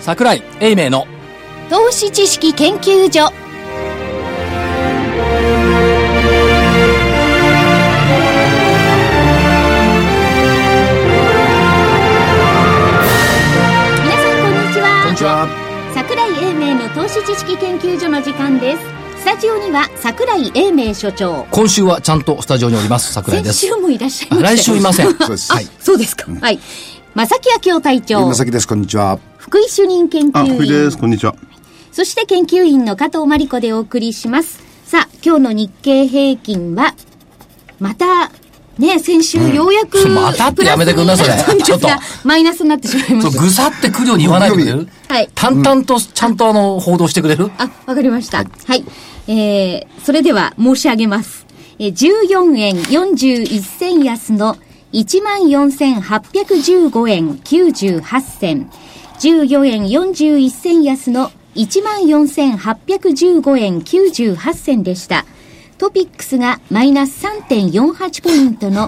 櫻井英明の投資知識研究所。皆さんこんにちは。 こんにちは。 櫻井英明の投資知識研究所の時間です。スタジオには櫻井英明所長。 今週はちゃんとスタジオにおります櫻井です。 先週もいらっしゃいました。 来週いません。 そうです。はい。 そうですか。はい。正木明夫隊長。 正木です。こんにちは。 福井主任研究員。 福井です。こんにちは。 そして研究員の加藤真理子でお送りします。さあ、今日の日経平均は、また、ね、先週ようやく、 またってやめてくんな、それ。 ちょっと。マイナスになってしまいました。 ぐさってくるように言わないでくれる？ はい。 淡々と、ちゃんと報道してくれる？ わかりました。はい。それでは申し上げます。14円41銭安の 14,815 円98銭。14円41銭安の 14,815 円98銭でした。トピックスがマイナス 3.48 ポイントの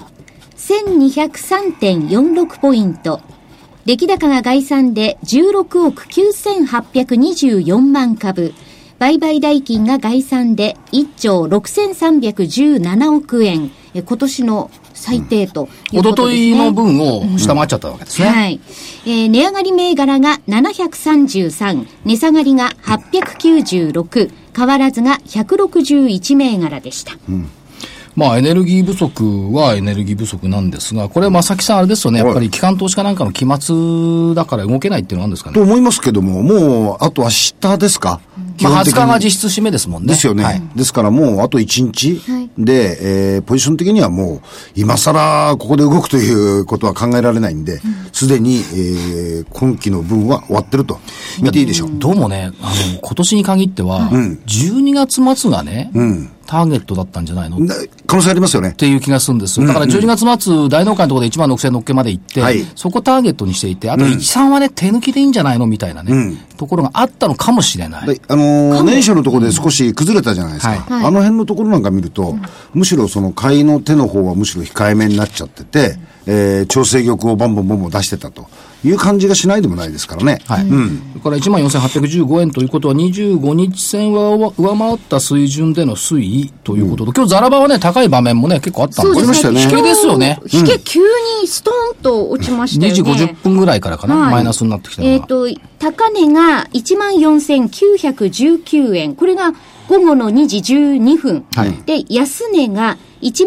1203.46 ポイント。出来高が概算で16億9824万株。売買代金が概算で1兆6317億円。今年の最低ということですね。 一昨日の分を下回っちゃったわけですね。 はい。値上がり銘柄が733、値下がりが896、変わらずが161銘柄でした。 まあエネルギー不足はエネルギー不足なんですが、これは正木さんあれですよね、やっぱり機関投資家なんかの期末だから動けないっていうのはあるんですかね。 と思いますけども、もうあと明日ですか。 まあ20日が実質締めですもんね。 ですよね。はい、ですからもうあと1日で、ポジション的にはもう今更ここで動くということは考えられないんで、すでに、今期の分は終わってると見ていいでしょう。 どうもね、今年に限っては、12月末がね、ターゲットだったんじゃないの可能性ありますよね。 っていう気がするんですよ。だから12月末、大納会のところで16,000のっけまで行って、そこターゲットにしていて、あと1、3はね、手抜きでいいんじゃないのみたいなね、ところがあったのかもしれない。 年初のところで少し崩れたじゃないですか。あの辺のところなんか見ると、むしろその買いの手の方はむしろ控えめになっちゃってて、調整玉をボンボン出してたという感じがしないでもないですからね。はい。 これ 14,815 円ということは25日線は上回った水準での推移ということと、今日ザラバはね、高い場面もね、結構あったんですよ。 そうですね。 引けですよね。 引け急にストーンと落ちましたよね。 2時50分ぐらいからかな、マイナスになってきたのが。 高値が 14,919 円。これが午後の2時12分。で、安値が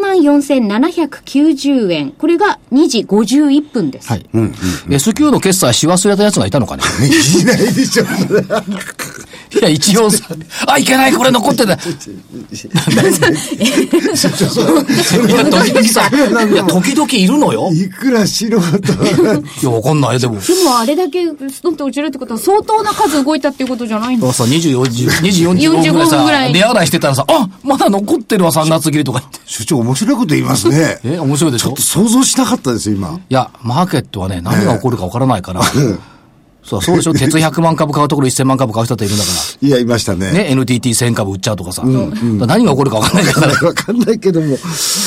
14,790 円。これが2時51分です。 はい。S q の決済し忘れたやつがいたのかね。 いないでしょ。 いや、一応さ、いけない、これ残ってた。いや、時々いるのよ。 いくら素人。いや、わかんない、でも。 でもあれだけストンと落ちるってことは相当な数動いたっていうことじゃないんですか。 2時45分ぐらいさ、出洗いしてたらさ、まだ残ってるわ、3月切りとか言って。 所長、面白いこと言いますね。 面白いでしょ。 ちょっと想像しなかったですよ、今。 いや、マーケットはね、何が起こるかわからないから。そうでしょ。鉄100万株買うところ1000万株買う人っているんだから。 いや、いましたね。 ね、NTT1000 株売っちゃうとかさ。何が起こるか分かんないから。 分かんないけども。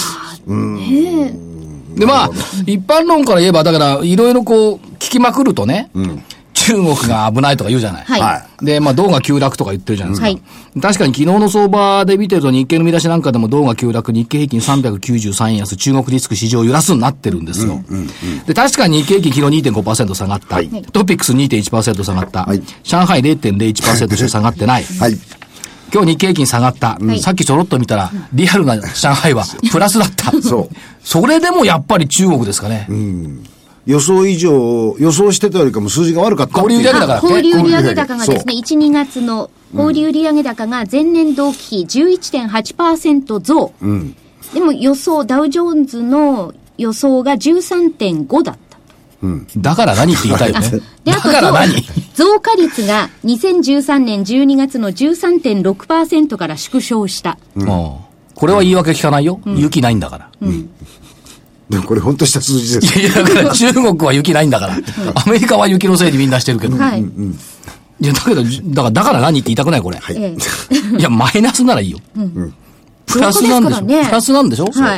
で、まあ、一般論から言えば、だから、いろいろ聞きまくるとね、中国が危ないとか言うじゃない。 はい。 で、銅が急落とか言ってるじゃないですか。はい。確かに昨日の相場で見てると日経の見出しなんかでも銅が急落、日経平均393円安、中国リスク市場を揺らすになってるんですよ。で、確かに日経平均昨日 2.5% 下がった。トピックス 2.1% 下がった。上海 0.01% しか下がってない。はい。今日日経平均下がった。さっきちょろっと見たら、リアルな上海はプラスだった。そう。それでもやっぱり中国ですかね。 予想してたよりかも数字が悪かった。 小売売上高だ。 小売売上高がですね、1、2月の小売売上高が前年同期比 11.8% 増。でもダウジョーンズの予想が 13.5 だった。 だから何って言いたいよね。 で、あと増加率が2013年12月の 13.6% から縮小した。 これは言い訳聞かないよ。雪ないんだから。 でもこれ本当した数字です。 いや、だから中国は雪ないんだから。アメリカは雪のせいにみんなしてるけど。はい。いや、だから何って言いたくないこれ。いや、マイナスならいいよ。プラスなんでしょ。プラスなんでしょ。はい。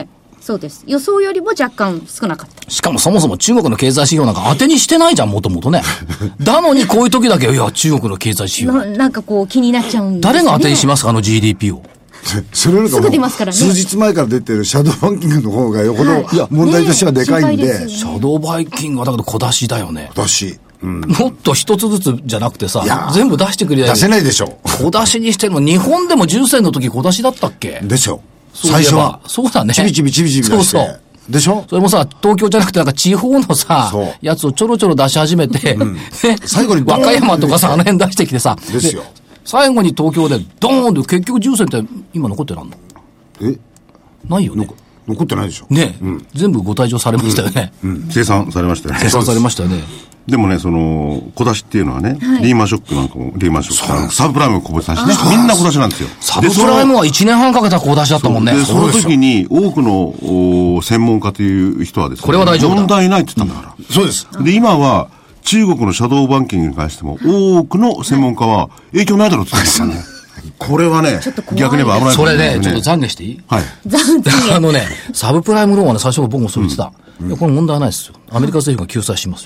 そうです。予想よりも若干少なかった。 しかもそもそも中国の経済指標なんか当てにしてないじゃん、もともとね。だのにこういう時だけ、いや、中国の経済指標。 なんかこう気になっちゃうんですね。 誰が当てにしますか、あの GDP を。 それよりかもすぐ出ますからね。 数日前から出てるシャドーバンキングの方がよほど問題としてはでかいんで。 シャドーバンキングはだけど小出しだよね。 小出し。 もっと一つずつじゃなくてさ、全部出してくれない。 出せないでしょ。 小出しにしてるの、日本でも10銭の時小出しだったっけですよ。最初は。 そうだね。 ちびちび出して。 そうそう。 でしょ。 それもさ、東京じゃなくてなんか地方のさ、やつをちょろちょろ出し始めて、 最後に和歌山とかさ、あの辺出してきてさ、 ですよ。 最後に東京でドーンと結局10銭って今残ってなんの？ないよね。 残ってないでしょ。 ね、全部ご退場されましたよね。 生産されましたよね。 生産されましたよね。 でもね、その、小出しっていうのはね、リーマンショックなんかも、リーマンショック、サブプライムも小出しね、みんな小出しなんですよ。 サブプライムは1年半かけた小出しだったもんね。 その時に多くの専門家という人はですね、 これは大丈夫だ。 問題ないって言ったんだから。 そうです。 で、今は、中国のシャドーバンキングに関しても、多くの専門家は影響ないだろうって言ってたんですよね。これはね、逆に言えば危ない。 それね、ちょっと懺悔していい？ はい。 懺悔。 サブプライムローンはね、最初僕もそう言ってた。いや、これ問題ないですよ。アメリカ政府が救済しますよ。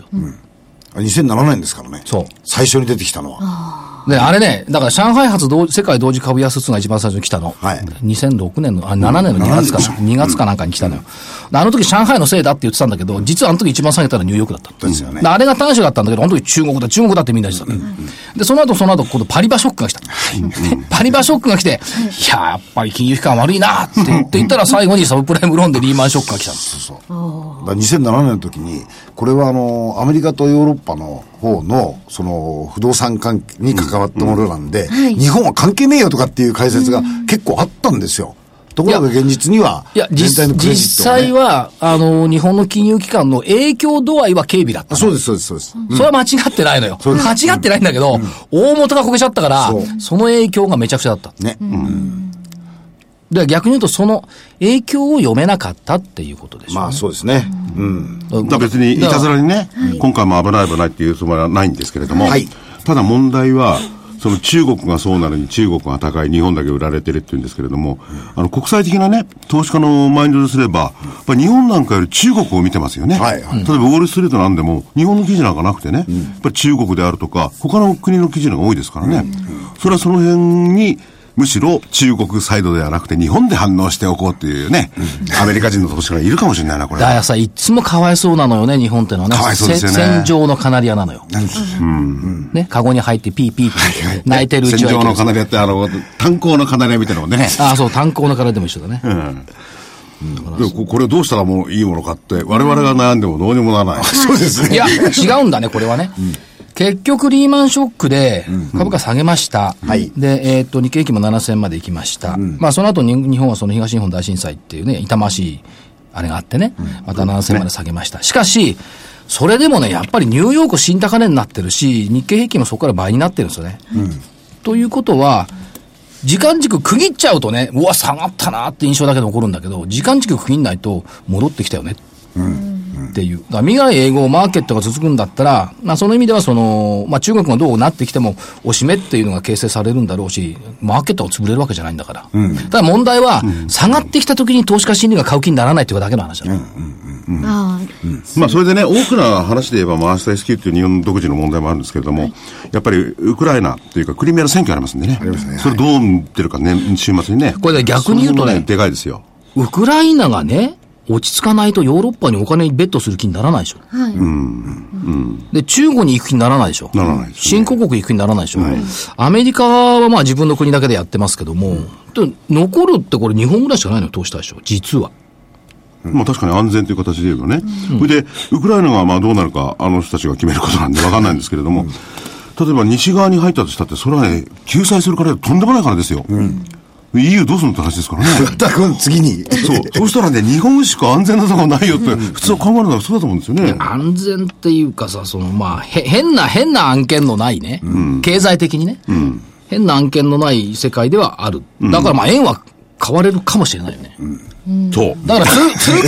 2007年ですからね。 そう。 最初に出てきたのは。 で、あれね、だから上海発世界同時株安指数が一番最初に来たの。 はい。 2006年の、7年の2月かな。2月かなんかに来たのよ。あの時上海のせいだって言ってたんだけど、実はあの時一番下げたのはニューヨークだったの。 ですよね。 あれが短所だったんだけど、あの時中国だってみんな言ってたの。で、その後、今度パリバショックが来た。パリバショックが来て、いや、やっぱり金融機関悪いなって言ったら最後にサブプライムローンでリーマンショックが来たの。 そうそう。だ2007年の時に、これはアメリカとヨーロッパの方の、その、不動産関係に関わったものなんで、日本は関係ねえよとかっていう解説が結構あったんですよ。ところが現実には、全体のクレジットがね、 実際は、日本の金融機関の影響度合いは軽微だった。 そうです、そうです、そうです。 それは間違ってないのよ。間違ってないんだけど、大元がこけちゃったから、その影響がめちゃくちゃだった。 ね。 で逆に言うと、その影響を読めなかったっていうことでしょうね。 まあそうですね。 だ別にいたずらにね、今回も危ないっていうつもりはないんですけれども、ただ問題は、その中国がそうなのに中国が高い、日本だけ売られてるって言うんですけれども、国際的なね、投資家のマインドですれば、やっぱり日本なんかより中国を見てますよね。例えばウォールストリートなんでも、日本の記事なんかなくてね、やっぱり中国であるとか、他の国の記事の方が多いですからね。それはその辺に、むしろ中国サイドではなくて日本で反応しておこうっていうね、アメリカ人の投資家がいるかもしれないな、これ。 だからさ、いつもかわいそうなのよね、日本ってのはね。 かわいそうですよね。 戦場のカナリアなのよ。ね、カゴに入ってピーピーって泣いてるうちは。 戦場のカナリアって炭鉱のカナリアみたいなもんね。 ああ、そう、炭鉱のカナリアでも一緒だね。 でこれどうしたらもういいものかって、我々が悩んでもどうにもならない。 そうですね。 いや、違うんだね、これはね。結局リーマンショックで株価下げました。で、日経平均も7000まで行きました。まあその後に日本はその東日本大震災っていうね、痛ましいあれがあってね、また7000まで下げました。しかし、それでもね、やっぱりニューヨーク新高値になってるし、日経平均もそこから倍になってるんですよね。ということは、時間軸区切っちゃうとね、うわ、下がったなって印象だけで起こるんだけど、時間軸区切んないと戻ってきたよね。っていう。だから未来永劫マーケットが続くんだったら、まあその意味では中国がどうなってきても、おしめっていうのが形成されるんだろうし、マーケットが潰れるわけじゃないんだから。ただ問題は、下がってきた時に投資家心理が買う気にならないっていうだけの話だね。 まあそれでね、大きな話で言えば回した S q っていう日本独自の問題もあるんですけれども、やっぱりウクライナというかクリミアの選挙ありますんでね。それどう見てるかね、週末にね。 これで逆に言うとね、 でかいですよ。 ウクライナがね、落ち着かないとヨーロッパにお金にベットする気にならないでしょ。で、中国に行く気にならないでしょ。 ならないですね。 新興国行く気にならないでしょ。アメリカはまあ自分の国だけでやってますけども、残るってこれ日本ぐらいしかないのよ、投資対象。実は。 まあ確かに安全という形で言えばね。それで、ウクライナがまあどうなるか、あの人たちが決めることなんでわかんないんですけれども、例えば西側に入ったとしたって、それはね、救済するからとんでもないからですよ。EU どうするのって話ですからね。 次に。 そうしたらね、日本しか安全なところないよって、普通は考えるのはそうだと思うんですよね。 安全っていうかさ、まあ、変な案件のないね、経済的にね、変な案件のない世界ではある。だからまあ、円は買われるかもしれないよね。 そう。 だから通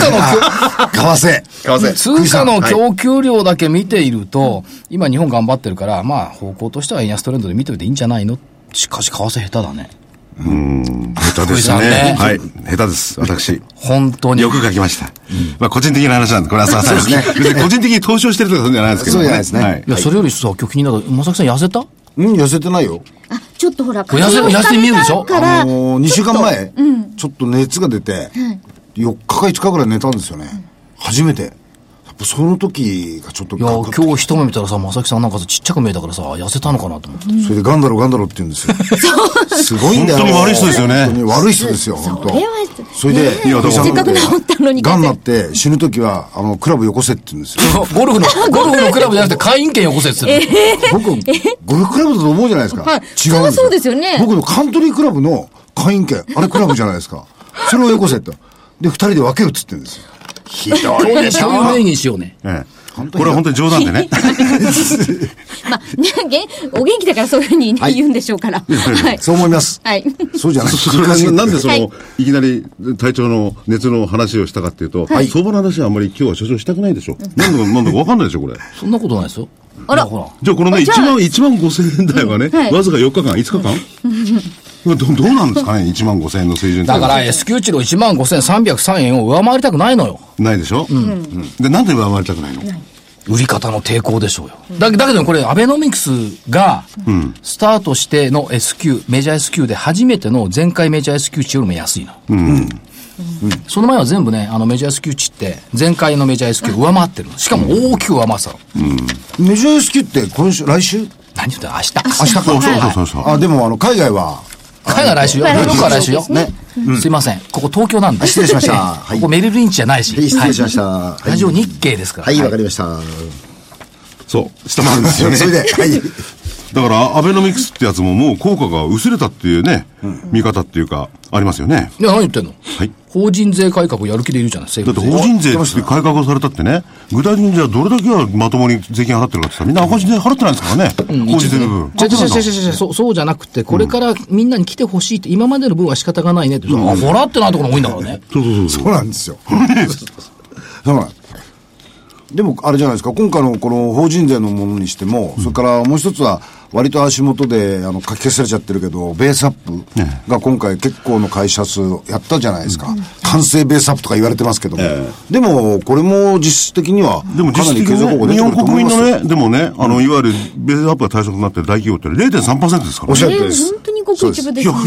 貨の供給量だけ見ていると、今日本頑張ってるから、まあ、方向としては円安トレンドで見ておいていいんじゃないの？しかし、為替下手だね。 下手ですね。はい。下手です。私。 本当に。 よく書きました。まあ個人的な話なんで、これはさ、そうですね。個人的に投資をしてるとかそうじゃないですけど。 そうじゃないですね。 はい。 いや、それよりさ、今日気になる。まさきさん痩せた？ 痩せてないよ。 ちょっとほら、 痩せて見えるでしょ ？2週間前、ちょっと熱が出て、4日か5日ぐらい寝たんですよね。初めて。その時がちょっと。 いや、今日一目見たらさ、まさきさんなんかさ、ちっちゃく見えたからさ、痩せたのかなと思って。 それでガンダロって言うんですよ。すごいんだよ。 本当に悪い人ですよね。 本当に悪い人ですよ、本当。それで、 せっかく治ったのに。 ガンなって死ぬ時は、クラブよこせって言うんですよ。 ゴルフのクラブじゃなくて会員権よこせって言って僕、ゴルフクラブだと思うじゃないですか。違うんですそうですよね。 僕のカントリークラブの会員権、あれクラブじゃないですか。それをよこせって。で、2人で分けるっつって言うんですよ。ひどい。 そういう名義にしようね。 これは本当に冗談でね。 まあ、お元気だからそういうふうに言うんでしょうから。 そう思います。 はい。 そうじゃない。 なんでいきなり体調の熱の話をしたかっていうと、相場の話はあんまり今日は所長したくないでしょ。なんだか分かんないでしょ、これ。 そんなことないですよ。 あら。 じゃあこのね、1万5,000円台はね、わずか4日間、5日間どうなんですかね、1万5,000円の水準。 だから S q 値の15,303円を上回りたくないのよ。 ないでしょ。で、なんで上回りたくないの？ 売り方の抵抗でしょうよ。だけどこれ、アベノミクスが、スタートしての S q、メジャー S q で初めての前回メジャー S q 値よりも安いの。その前は全部ね、メジャー S q 値って前回のメジャー S q 上回ってるの。しかも大きく上回ってたの。 メジャー S q って来週何言ってんの？明日か。そう。でも海外は海外来週よ。ニューヨークは来週よ。ね。すいません。ここ東京なんで。 失礼しました。 ここメリルリンチじゃないし。 失礼しました。 ラジオ日経ですから。 はい、わかりました。 そう、下回るんですよね。 それで、はい。 だから、アベノミクスってやつももう効果が薄れたっていうね、見方っていうか、ありますよね。 いや、何言ってんの？ はい。 法人税改革やる気でいるじゃないですか。 だって法人税って改革されたってね、具体的にじゃあどれだけはまともに税金払ってるかってさ、みんな赤字で払ってないんですからね。法人税の部分。 そうじゃなくて、これからみんなに来てほしいって、今までの分は仕方がないねって。払ってないところが多いんだからね。 そうなんですよ。そうなんでも、あれじゃないですか、今回のこの法人税のものにしても、それからもう一つは、割と足元で書き消されちゃってるけど、ベースアップが今回結構の会社数やったじゃないですか。完成ベースアップとか言われてますけども。でも、これも実質的には、かなり経済効果出てくると思いますよ。 日本国民のね、でもね、いわゆるベースアップが対象になってる大企業って 0.3% ですからね。 おっしゃるとりです。 本当にごく一部ですね。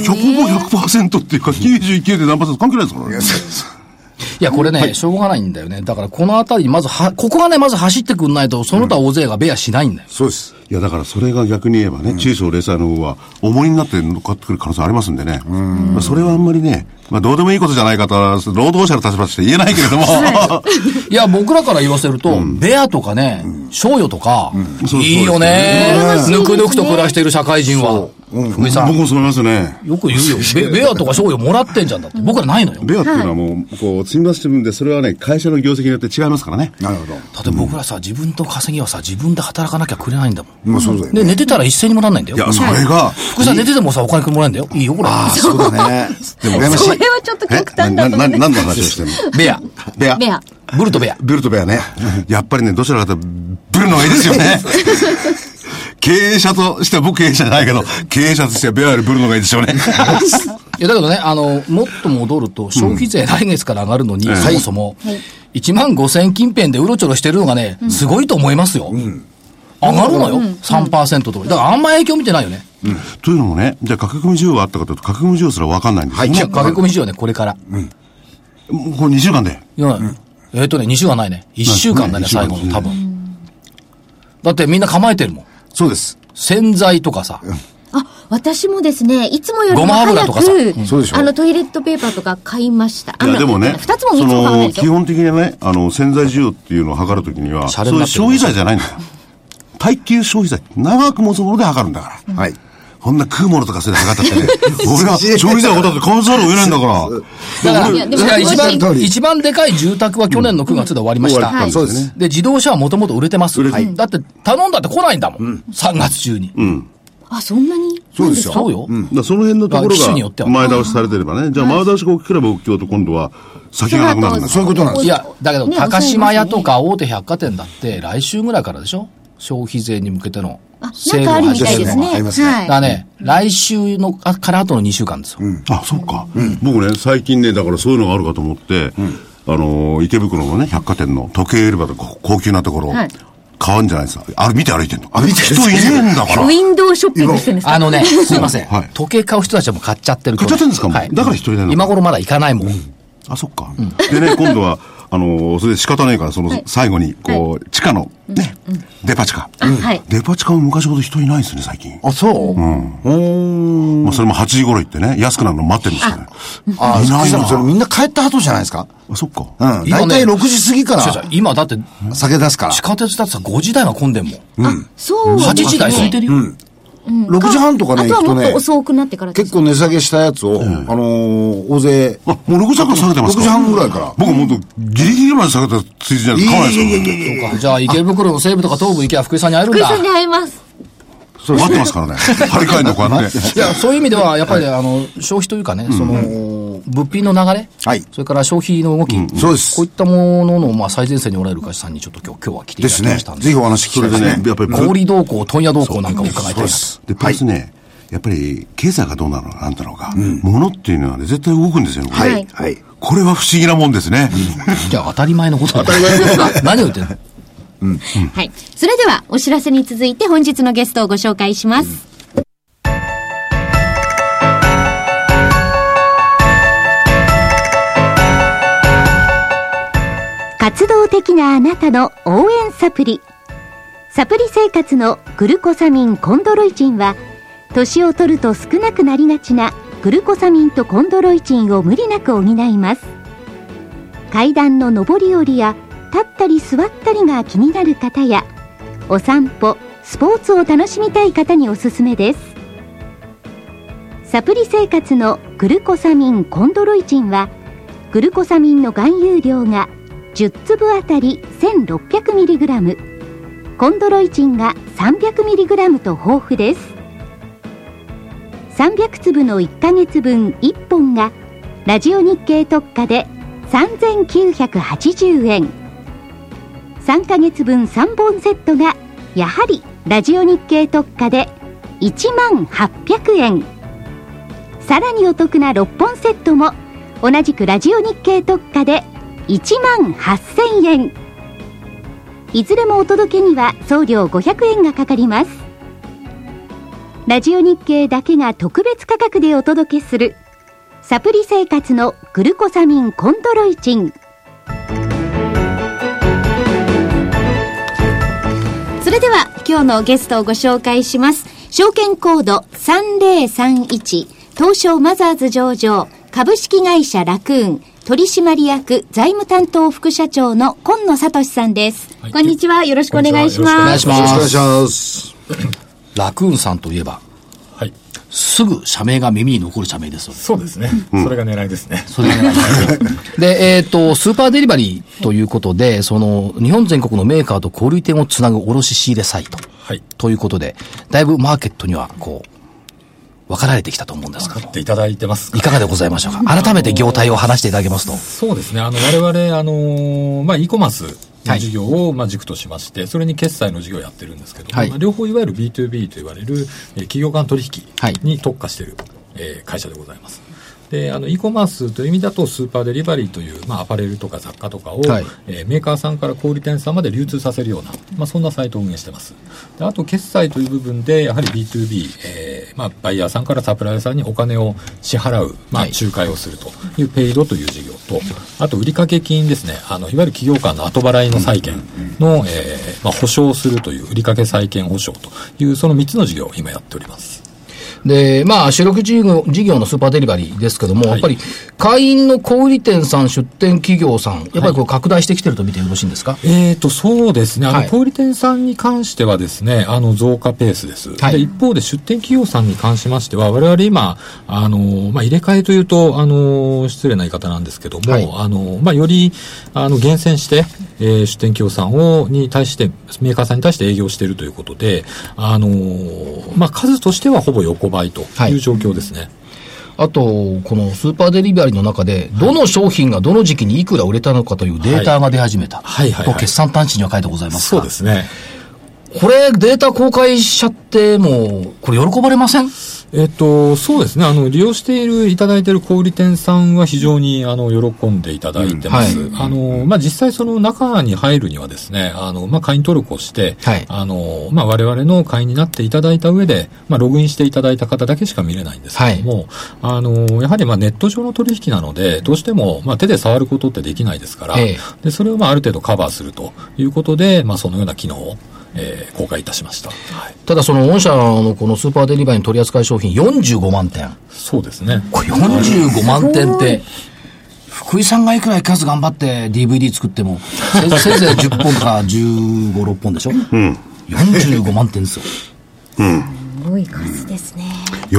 100% っていうか、99. で何%関係ないですからね。 いや、これね、しょうがないんだよね。だから、このあたりにここがね、まず走ってくんないと、その他大勢がベアしないんだよ。 そうです。 いや、だからそれが逆に言えばね、中小零細の方は重荷になって乗っかってくる可能性ありますんでね。それはあんまりね、どうでもいいことじゃない方は、労働者の立場として言えないけれども。 いや、僕らから言わせると、ベアとかね、賞与とか、いいよね。ぬくぬくと暮らしている社会人は。 福井さん。僕もそう思いますね。 よく言うよ。ベアとか賞与もらってんじゃんだって。僕らないのよ。 ベアっていうのはもう、こう、積み増してるんで、それはね、会社の業績によって違いますからね。 なるほど。 だって僕らさ、自分と稼ぎはさ、自分で働かなきゃくれないんだもん。 まあそうだよね。 で、寝てたら一銭にもなんないんだよ。 いや、それが。 福井さん寝ててもさ、お金もらえんだよ。いいよ、これ。 ああ、そうだね。 でも、それはちょっと極端だと思う。 何の話をしてるの？ ベア。ブルとベア。 ブルとベアね。やっぱりね、どちらかというと、ブルの方がいいですよね。経営者としては、僕経営者じゃないけど、経営者としてはベアよりブルの方がいいでしょうね。 いや、だけどね、もっと戻ると、消費税来月から上がるのに、そもそも、15,000近辺でうろちょろしてるのがね、すごいと思いますよ。上がるのよ、3% とか。だからあんま影響見てないよね。 というのもね、じゃあ駆け込み需要があったかというと、駆け込み需要すら分かんないんですよ。 いや、駆け込み需要ね、これから。 これ2週間で。 いや、2週間ないね。1週間だね、最後の、多分。だってみんな構えてるもん。 そうです。 洗剤とかさ。 私もですね、いつもよりもごま油とかさ。 そうでしょ。 トイレットペーパーとか買いました。 いや、でもね、 2つも3つも買わないですよ。 基本的にね、洗剤需要っていうのを測るときには、そういう消費財じゃないんだよ。耐久消費財。長く持つもので測るんだから。はい。こんな食うものとかそれで測ったってね、俺が消費財をだって買わざるを得ないんだから。 だから一番でかい住宅は去年の9月で終わりました。 そうですね。 で、自動車はもともと売れてます。だって頼んだって来ないんだもん。3月中に。 そんなに？ そうですよ。そうよ。 その辺のところが前倒しされてればね、じゃあ前倒しが大きければ大きいと今度は先がなくなるんだ。 そういうことなんです。 いや、だけど高島屋とか大手百貨店だって来週ぐらいからでしょ？消費税に向けてのなんかあるみたいですね。 ありますね。 はい。 だね、来週のから後の2週間ですよ。 あ、そうか。僕ね、最近ね、だからそういうのがあるかと思って、池袋のね、百貨店の時計売り場とか高級なところ、買うんじゃないですか。あれ見て歩いてんの。 歩いてる人いねえんだから。 ウィンドウショッピングしてるんですか？ すいません。時計買う人たちはもう買っちゃってる。 買っちゃってるんですか？ はい。 だから人いないの。 今頃まだ行かないもん。 あ、そっか。でね、今度は、それで仕方ないから、最後に、地下の、ね、デパ地下。デパ地下も昔ほど人いないですね、最近。 あ、そう？ まあ、それも8時頃行ってね、安くなるの待ってるんですよね。 いないの。それみんな帰った後じゃないですか？ あ、そっか。 大体6時過ぎから今だって酒出すから。 地下鉄だってさ5時台は混んでんもん。 そう。 8時台空いてるよ。 6時半とかね、 あとはもっと遅くなってから結構値下げしたやつを、大勢。 もう6時半から下げてますか ？6時半ぐらいから。 僕もっとギリギリまで下げたついでじゃ買わないですか。そうか。じゃあ池袋の西部とか東部行けば福井さんに会えるんだ。 福井さんに会えます。 待ってますからね。張り替えんのこうやって。 いや、そういう意味では、やっぱり消費というかね、物品の流れ、それから消費の動き、 そうです。 こういったものの、最前線におられる会社さんにちょっと今日は来ていただきましたんで。 ぜひお話聞きたいですね。 やっぱり小売動向、問屋動向なんかを伺いたいです。 で、プラスね、やっぱり経済がどうなのかなんだろうか、物っていうのはね、絶対動くんですよ。 はい。 これは不思議なもんですね。 じゃあ当たり前のことだ。 当たり前のことだ。 何を言ってんの？ はい。それでは、お知らせに続いて本日のゲストをご紹介します。活動的なあなたの応援サプリ。サプリ生活のグルコサミンコンドロイチンは、年を取ると少なくなりがちなグルコサミンとコンドロイチンを無理なく補います。階段の上り下りや立ったり座ったりが気になる方や、お散歩、スポーツを楽しみたい方におすすめです。サプリ生活のグルコサミンコンドロイチンは、グルコサミンの含有量が10粒あたり 1600mg、 コンドロイチンが 300mg と豊富です。300粒の1ヶ月分1本がラジオ日経特価で3980円、3ヶ月分3本セットがやはりラジオ日経特価で10800円、さらにお得な6本セットも同じくラジオ日経特価で18000円。いずれもお届けには送料500円がかかります。ラジオ日経だけが特別価格でお届けするサプリ生活のグルコサミンコンドロイチン。それでは今日のゲストをご紹介します。証券コード3031、東証マザーズ上場株式会社ラクーン取締役財務担当副社長の今野聡さんです、こんにちは。よろしくお願いします。 お願いします。 よろしくお願いします。 ラクーンさんといえば、すぐ社名が耳に残る社名ですよね。 そうですね、それが狙いですね。 それが狙いですで、スーパーデリバリーということで、日本全国のメーカーと小売店をつなぐ卸仕入れサイト、ということで、だいぶマーケットには分かられてきたと思うんですが、 分かっていただいてますか？ いかがでございましょうか。改めて業態を話していただけますと。 そうですね、我々e コマースの事業を軸としまして、それに決済の事業をやってるんですけども、両方いわゆる B2B と言われる企業間取引に特化している会社でございます。で、e コマースという意味だとスーパーデリバリーという、アパレルとか雑貨とかを、メーカーさんから小売店さんまで流通させるような、そんなサイトを運営してます。で、あと決済という部分でやはり B2B、バイヤーさんからサプライヤーさんにお金を支払う、仲介をするというペイドという事業と、あと売掛金ですね、いわゆる企業間の後払いの債権の、保証するという売掛債権保証というその3つの事業を今やっております。 で、主力事業のスーパーデリバリーですけども、やっぱり会員の小売店さん、出店企業さん、やっぱり拡大してきてると見てよろしいんですか？ そうですね。小売店さんに関してはですね、増加ペースです。で、一方で出店企業さんに関しましては、我々今、入れ替えというと、失礼な言い方なんですけども、より、厳選して、出店企業さんに対して、メーカーさんに対して営業しているということで、数としてはほぼ横ばいという状況ですね。 あと、このスーパーデリバリーの中で、どの商品がどの時期にいくら売れたのかというデータが出始めた。と決算端子には書いてございますが。 そうですね。 これデータ公開しちゃってもこれ喜ばれません？ そうですね。利用していただいている小売店さんは非常に、喜んでいただいてます。実際その中に入るにはですね、会員登録をして、我々の会員になっていただいた上で、ログインしていただいた方だけしか見れないんですけども、やはりネット上の取引なので、どうしても、手で触ることってできないですから、で、それをある程度カバーするということで、そのような機能を、公開いたしました。 ただその御社のこのスーパーデリバリーの取扱い商品45万点。 そうですね。 これ45万点って、福井さんがいくら数頑張って DVD 作っても、せいぜい10本か15、6本でしょ？45万点ですよ。 すごい数ですね。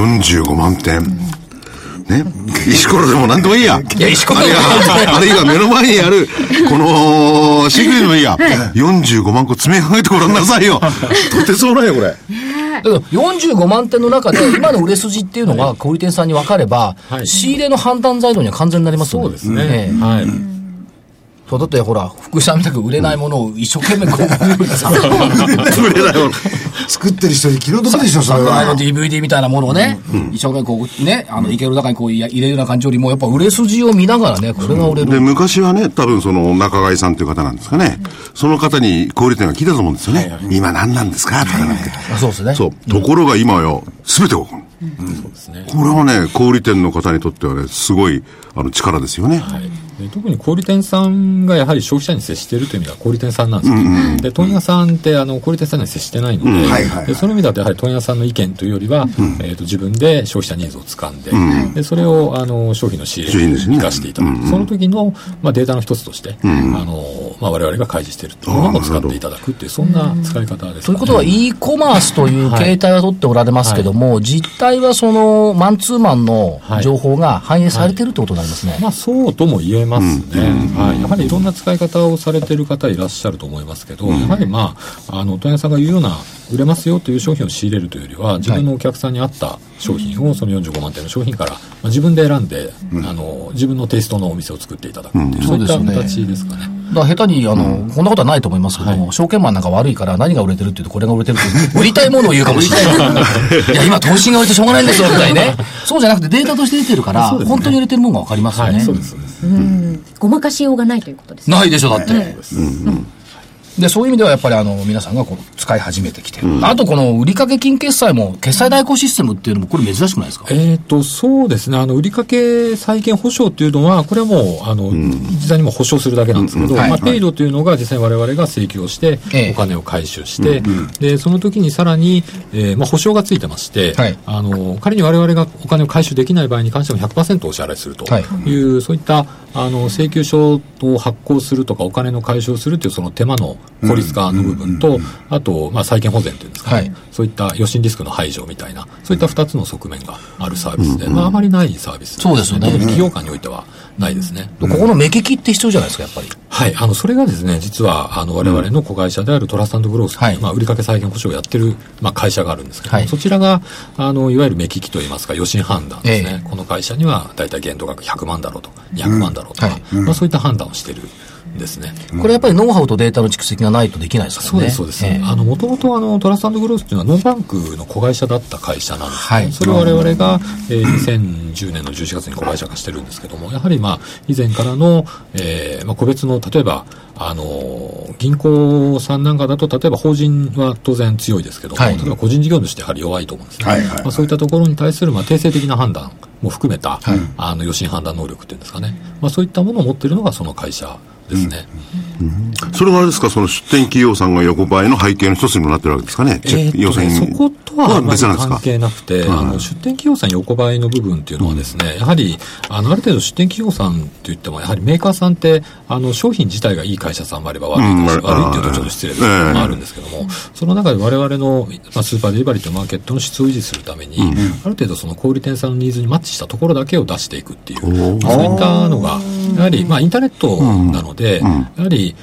45万点。ね、石ころでも何でもいいや。 いや、石ころあるいは目の前にある、この、シークレットでもいいや。45万個詰め上げてごらんなさいよ。とてそうないよ、これ。だけど、45万点の中で、今の売れ筋っていうのが小売店さんに分かれば、仕入れの判断材料には完全になりますよね。 そうですね。はい。 そうだってほら、福井さんみたく売れないものを一生懸命こう、 売れないもの。 作ってる人に気の毒でしょ、それは。 DVD みたいなものをね、一生懸命こうね、池の中にこう入れるような感じよりも、やっぱ売れ筋を見ながらね、これが売れる。 で、昔はね、多分その中貝さんという方なんですかね。その方に小売店が聞いたと思うんですよね。今何なんですかとかなんて。 そうですね。 そう。ところが今よ、すべてを。 そうですね。 これはね、小売店の方にとってはね、すごい、力ですよね。はい。 特に小売店さんがやはり消費者に接しているという意味では小売店さんなんですよね。で、問屋さんって小売店さんには接してないので、でその意味だとやはり問屋さんの意見というよりは、自分で消費者ニーズを掴んで、でそれを商品の仕入れに生かしていただく。その時の、データの一つとして、我々が開示しているというものを使っていただくっていう、そんな使い方です。 ということは e コマースという形態は取っておられますけども、実態はそのマンツーマンの情報が反映されているということになりますね。 そうとも言えますね。やはりいろんな使い方をされている方いらっしゃると思いますけど、やはり問屋さんが言うような売れますよという商品を仕入れるというよりは、自分のお客さんに合った商品をその45万点の商品から、自分で選んで、自分のテイストのお店を作っていただくっていう、そういった形ですかね。 だから下手にこんなことはないと思いますけども、証券マンなんか悪いから何が売れてるって言うとこれが売れてるって売りたいものを言うかもしれないいや今投資が売れてしょうがないんですよみたいね。そうじゃなくてデータとして出てるから、本当に売れてるものが分かりますよね。 そうです。 ごまかしようがないということですね。 ないでしょだって。で、そういう意味ではやっぱり皆さんがこう使い始めてきてる。あとこの売掛金決済も、決済代行システムっていうのもこれ珍しくないですか？ そうですね。売掛債権保証っていうのは、これはもう、実際にも保証するだけなんですけど、ペイドというのが実際に我々が請求をして、お金を回収して、で、その時にさらに、保証がついてまして、仮に我々がお金を回収できない場合に関しても 100% お支払いするという、そういった請求書を発行するとかお金の回収をするというその手間の効率化の部分と、あと、債権保全というんですかね、そういった余震リスクの排除みたいな、そういった2つの側面があるサービスで、あまりないサービスですね。 そうですよね。 特に企業間においてはないですね。 ここの目利きって必要じゃないですか、やっぱり。 はい。それがですね、実は、我々の子会社であるトラスト&グロースという、売掛債権保証をやってる、会社があるんですけども、そちらが、いわゆる目利きといいますか、余震判断ですね。この会社には、だいたい限度額100万だろうと、200万だろうとか、そういった判断をしている。ですね。 これやっぱりノウハウとデータの蓄積がないとできないですからね。 そうです。もともとトラスト&グロースというのはノンバンクの子会社だった会社なんですけど、それを我々が、2010年の11月に子会社化してるんですけども、やはり以前からの、個別の、例えば、銀行さんなんかだと、例えば法人は当然強いですけども、例えば個人事業主ってやはり弱いと思うんですね。そういったところに対する、定性的な判断も含めた、余震判断能力っていうんですかね。そういったものを持っているのがその会社ですね。 それはあれですか、その出店企業さんが横ばいの背景の一つにもなってるわけですかね。 そことは別なんですか？関係なくて、出店企業さん横ばいの部分っていうのはですね、やはりある程度出店企業さんって言ってもやはりメーカーさんって商品自体がいい会社さんもあれば悪いっていうとちょっと失礼なのもあるんですけども、その中で我々のスーパーデリバリーというマーケットの質を維持するために、ある程度その小売店さんのニーズにマッチしたところだけを出していくっていう、そういったのがやはりインターネットなので、やはり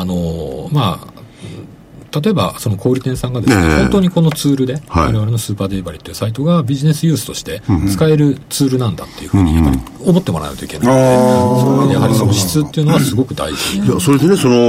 例えばその小売店さんがですね、本当にこのツールで、我々のスーパーデリバリーというサイトがビジネスユースとして使えるツールなんだっていうふうにやっぱり思ってもらわないといけないので、そういう意味でやはりその質っていうのはすごく大事。 いや、それでね、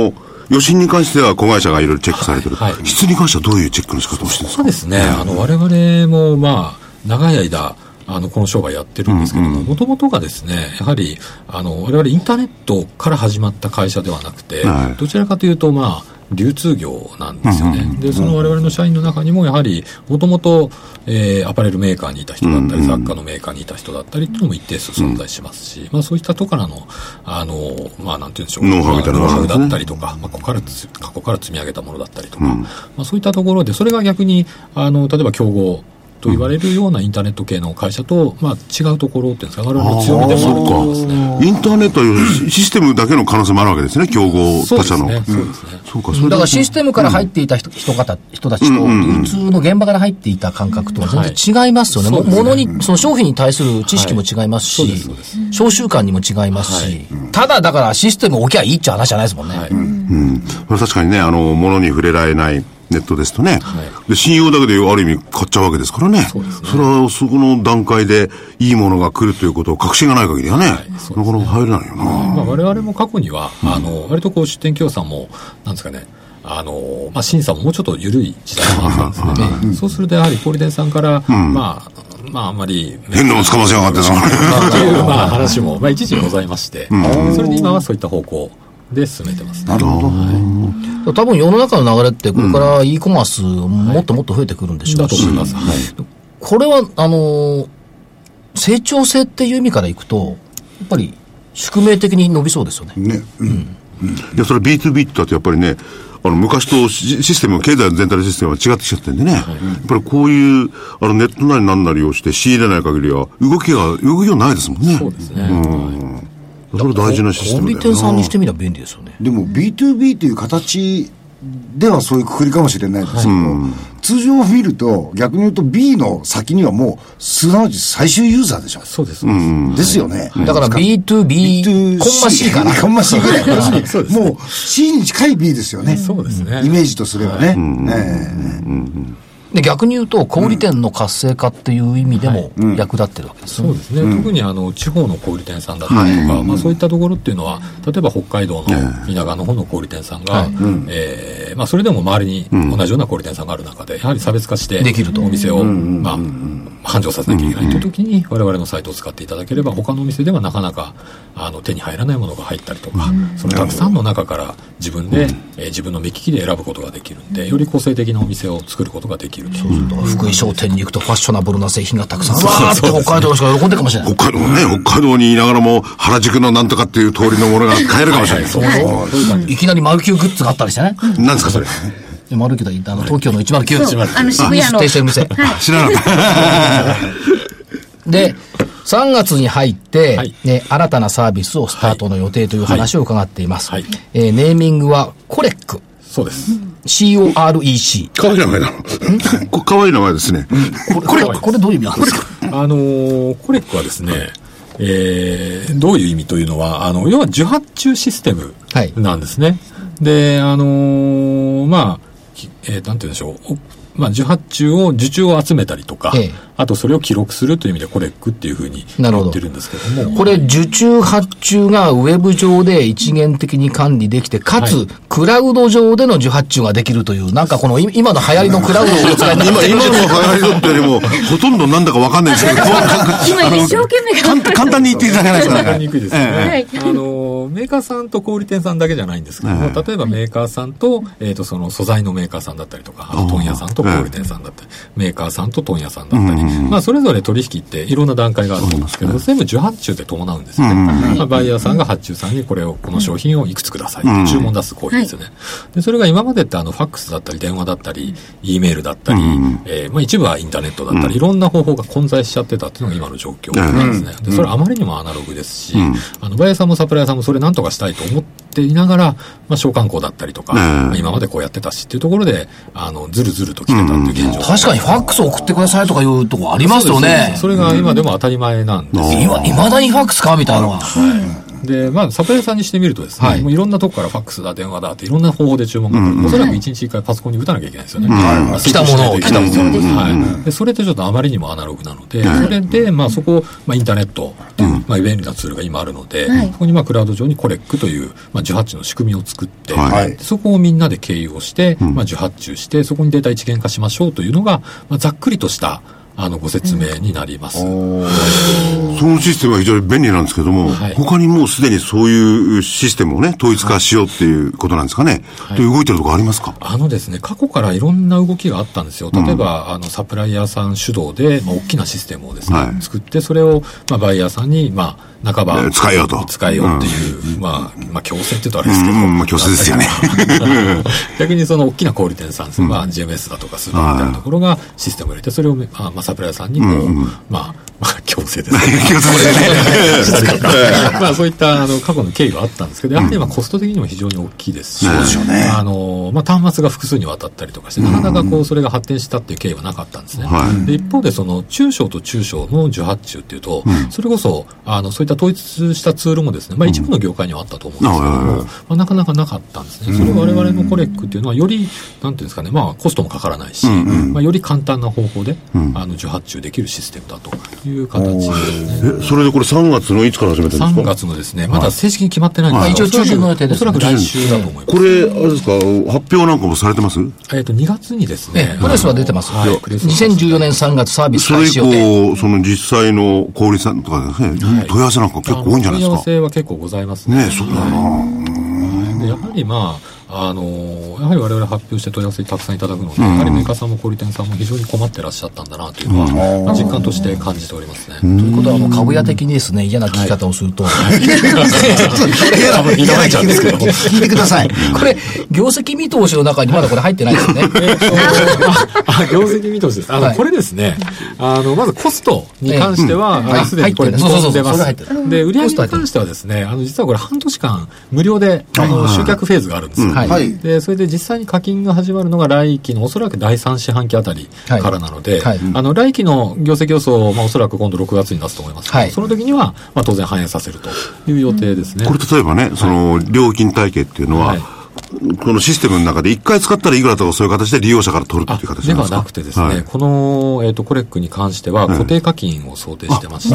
余震に関しては子会社がいろいろチェックされてる。質に関してはどういうチェックの仕方をしてるんですか？ そうですね。我々も長い間、この商売やってるんですけれども、もともとがですね、やはり、我々インターネットから始まった会社ではなくて、どちらかというと、流通業なんですよね。で、その我々の社員の中にも、やはり、もともと、アパレルメーカーにいた人だったり、雑貨のメーカーにいた人だったりっていうのも一定数存在しますし、そういったとこからの、なんていうんでしょう、 ノウハウみたいなノウハウだったりとか、過去から積み上げたものだったりとか、そういったところで、それが逆に、例えば競合、と言われるようなインターネット系の会社と、違うところっていうんですか、我々の強みでもあると思いますね。 インターネットはシステムだけの可能性もあるわけですね、競合他社の。 そうですね。 そうか、だからシステムから入っていた人たちと、流通の現場から入っていた感覚とは全然違いますよね。物に、その商品に対する知識も違いますし、商習慣にも違いますし、ただだからシステム置きゃいいって話じゃないですもんね。 これ確かにね、物に触れられないネットですとね、で信用だけである意味買っちゃうわけですからね。それはそこの段階でいいものが来るということを確信がない限りはね、なかなか入れないよな。 我々も過去には、割と出店協賛も、なんですかね、審査ももうちょっと緩い時代もあったんですよね。そうするとやはり小売店さんから、あんまり変なのつかませやがってなという話も、一時ございまして、それで今はそういった方向で進めてます、ね。 なるほど。 多分世の中の流れってこれから e コマースもっともっと増えてくるんでしょうし、これは成長性っていう意味からいくとやっぱり宿命的に伸びそうですよね。 いやそれ B2B ってやっぱりね、昔とシステム、経済全体のシステムは違ってきちゃってんでね、やっぱりこういうネットなりなんなりをして仕入れない限りは動きようないですもんね。 そうですね。 それ大事なシステムだよな。 小売店さんにしてみれば便利ですよね。 でも B2B という形ではそういうくくりかもしれないですけど、通常見ると逆に言うと B の先にはもうすなわち最終ユーザーでしょ。 そうです。 ですよね。 だから B2B コンマ C かな。 コンマ C ぐらいかな。もう C に近い B ですよね。 そうですね。 イメージとすればね。 で逆に言うと小売店の活性化っていう意味でも役立ってるわけですね。 そうですね。特に地方の小売店さんだったりとか、そういったところっていうのは例えば北海道の稲川の方の小売店さんが、それでも周りに同じような小売店さんがある中でやはり差別化してお店を繁盛させなきゃいけないという時に我々のサイトを使っていただければ他のお店ではなかなか手に入らないものが入ったりとか、そのたくさんの中から自分で自分の目利きで選ぶことができるんで、より個性的なお店を作ることができる。 福井商店に行くとファッショナブルな製品がたくさんわーって北海道の人が喜んでるかもしれない。 北海道にいながらも原宿のなんとかっていう通りのものが買えるかもしれない。 いきなりマルキューグッズがあったりしてね。 何ですかそれ。 マルキューだ、東京の109 渋谷の指定してる店。 知らなかった。 で3月に入って、新たなサービスをスタートの予定という話を伺っています。ネーミングはコレック。 そうです。 COREC。 かわいい名前だ。かわいい名前ですね。 これどういう意味なんですか？ コレックはですね、どういう意味というのは、要は受発注システムなんですね。で、なんて言うんでしょう。受注を集めたりとか、あとそれを記録するという意味でコレックっていうふうに言ってるんですけども。 これ、受注発注がウェブ上で一元的に管理できて、かつ、クラウド上での受発注ができるという、なんかこの今の流行りのクラウドをお使いになって今の流行りのってよりも、ほとんどなんだかわかんないんですけど、 今一生懸命簡単に言っていただけないですか？ わかりにくいですね。メーカーさんと小売店さんだけじゃないんですけども、例えばメーカーさんと、その素材のメーカーさんだったりとか、問屋さんと小売店さんだったり、メーカーさんと問屋さんだったり、それぞれ取引っていろんな段階があるんですけど、全部受発注で伴うんですよね。バイヤーさんが発注さんにこの商品をいくつくださいって注文出す行為ですよね。で、それが今までってファックスだったり電話だったり、E メールだったり、一部はインターネットだったり、いろんな方法が混在しちゃってたっていうのが今の状況なんですね。で、それあまりにもアナログですし、バイヤーさんもサプライヤーさんもそれなんとかしたいと思っていながら、商慣行だったりとか、今までこうやってたしっていうところで、ずるずると来てたっていう現状。 確かにファックスを送ってくださいとかいうとこありますよね。 それが今でも当たり前なんですよ。 いまだにファックスかみたいなのは。 で、まあ、サプライヤーさんにしてみるとですね、もういろんなとこからファックスだ、電話だっていろんな方法で注文が来る。おそらく1日1回パソコンに打たなきゃいけないですよね。 来たものを、 で、それってちょっとあまりにもアナログなので、それで、まあ、そこを、まあ、インターネットという、まあ、便利なツールが今あるので、そこに、まあ、クラウド上にコレックという、まあ、受発注の仕組みを作って、そこをみんなで経由をして、まあ、受発注して、そこにデータ一元化しましょうというのが、まあ、ざっくりとしたご説明になります。そのシステムは非常に便利なんですけども、他にもうすでにそういうシステムをね、統一化しようっていうことなんですかね。で、動いてるところありますか？ ですね、過去からいろんな動きがあったんですよ。例えば、サプライヤーさん主導で、まあ、大きなシステムをですね、作って、それを、まあ、バイヤーさんに、まあ、半ば、 使えようと。 使えようっていう、まあ、強制って言うとあれですけど。 まあ、強制ですよね。 逆にその大きな小売店さんですね、まあ、GMS だとかスーパーみたいなところがシステムを入れて、それを、まあ、サプライヤーさんにこう、まあ、強制ですね。強制ですね。まあ、そういった過去の経緯はあったんですけど、やはりコスト的にも非常に大きいですし、 そうですよね。 まあ、端末が複数にわたったりとかして、なかなかこう、それが発展したっていう経緯はなかったんですね。で、一方で、その、中小と中小の受発注っていうと、それこそ、そういった統一したツールもですね、まあ、一部の業界にはあったと思うんですけども、まあ、なかなかなかったんですね。それを我々のコレックっていうのは、より、なんていうんですかね、まあ、コストもかからないし、まあ、より簡単な方法で、受発注できるシステムだという形ですね。 それでこれ3月のいつから始めてるんですか？ 3 月のですね、まだ正式に決まってないんですが、一応中旬の予定です。 おそらく来週だと思います。 これ、あれですか、発表なんかもされてます ？2月にですね。 プレスは出てます。2014年3月サービス開始予定。 それ以降、その実際の小売さんとかですね、問い合わせなんか結構多いんじゃないですか？ 問い合わせは結構ございますね。 ね、そうだな。 でやはりまあ、やはり我々発表して問い合わせたくさんいただくので、やはりメーカーさんも小売店さんも非常に困ってらっしゃったんだなというのは、実感として感じておりますね。 ということは、株屋的にですね、嫌な聞き方をすると。 聞いてください。 これ、業績見通しの中にまだこれ入ってないですね。 業績見通しです。これですね、まずコストに関しては、すでにこれ見込んでます。で、売上に関してはですね、実はこれ半年間無料で、集客フェーズがあるんですよ。で、それで実際に課金が始まるのが来期のおそらく第3四半期あたりからなので、来期の業績予想を、まあ、おそらく今度6月に出すと思いますけど、その時には、まあ、当然反映させるという予定ですね。 これ例えばね、その料金体系っていうのは、このシステムの中で1回使ったらいくらとかそういう形で利用者から取るっていう形なんですか？ ではなくてですね、この、コレックに関しては固定課金を想定してまして、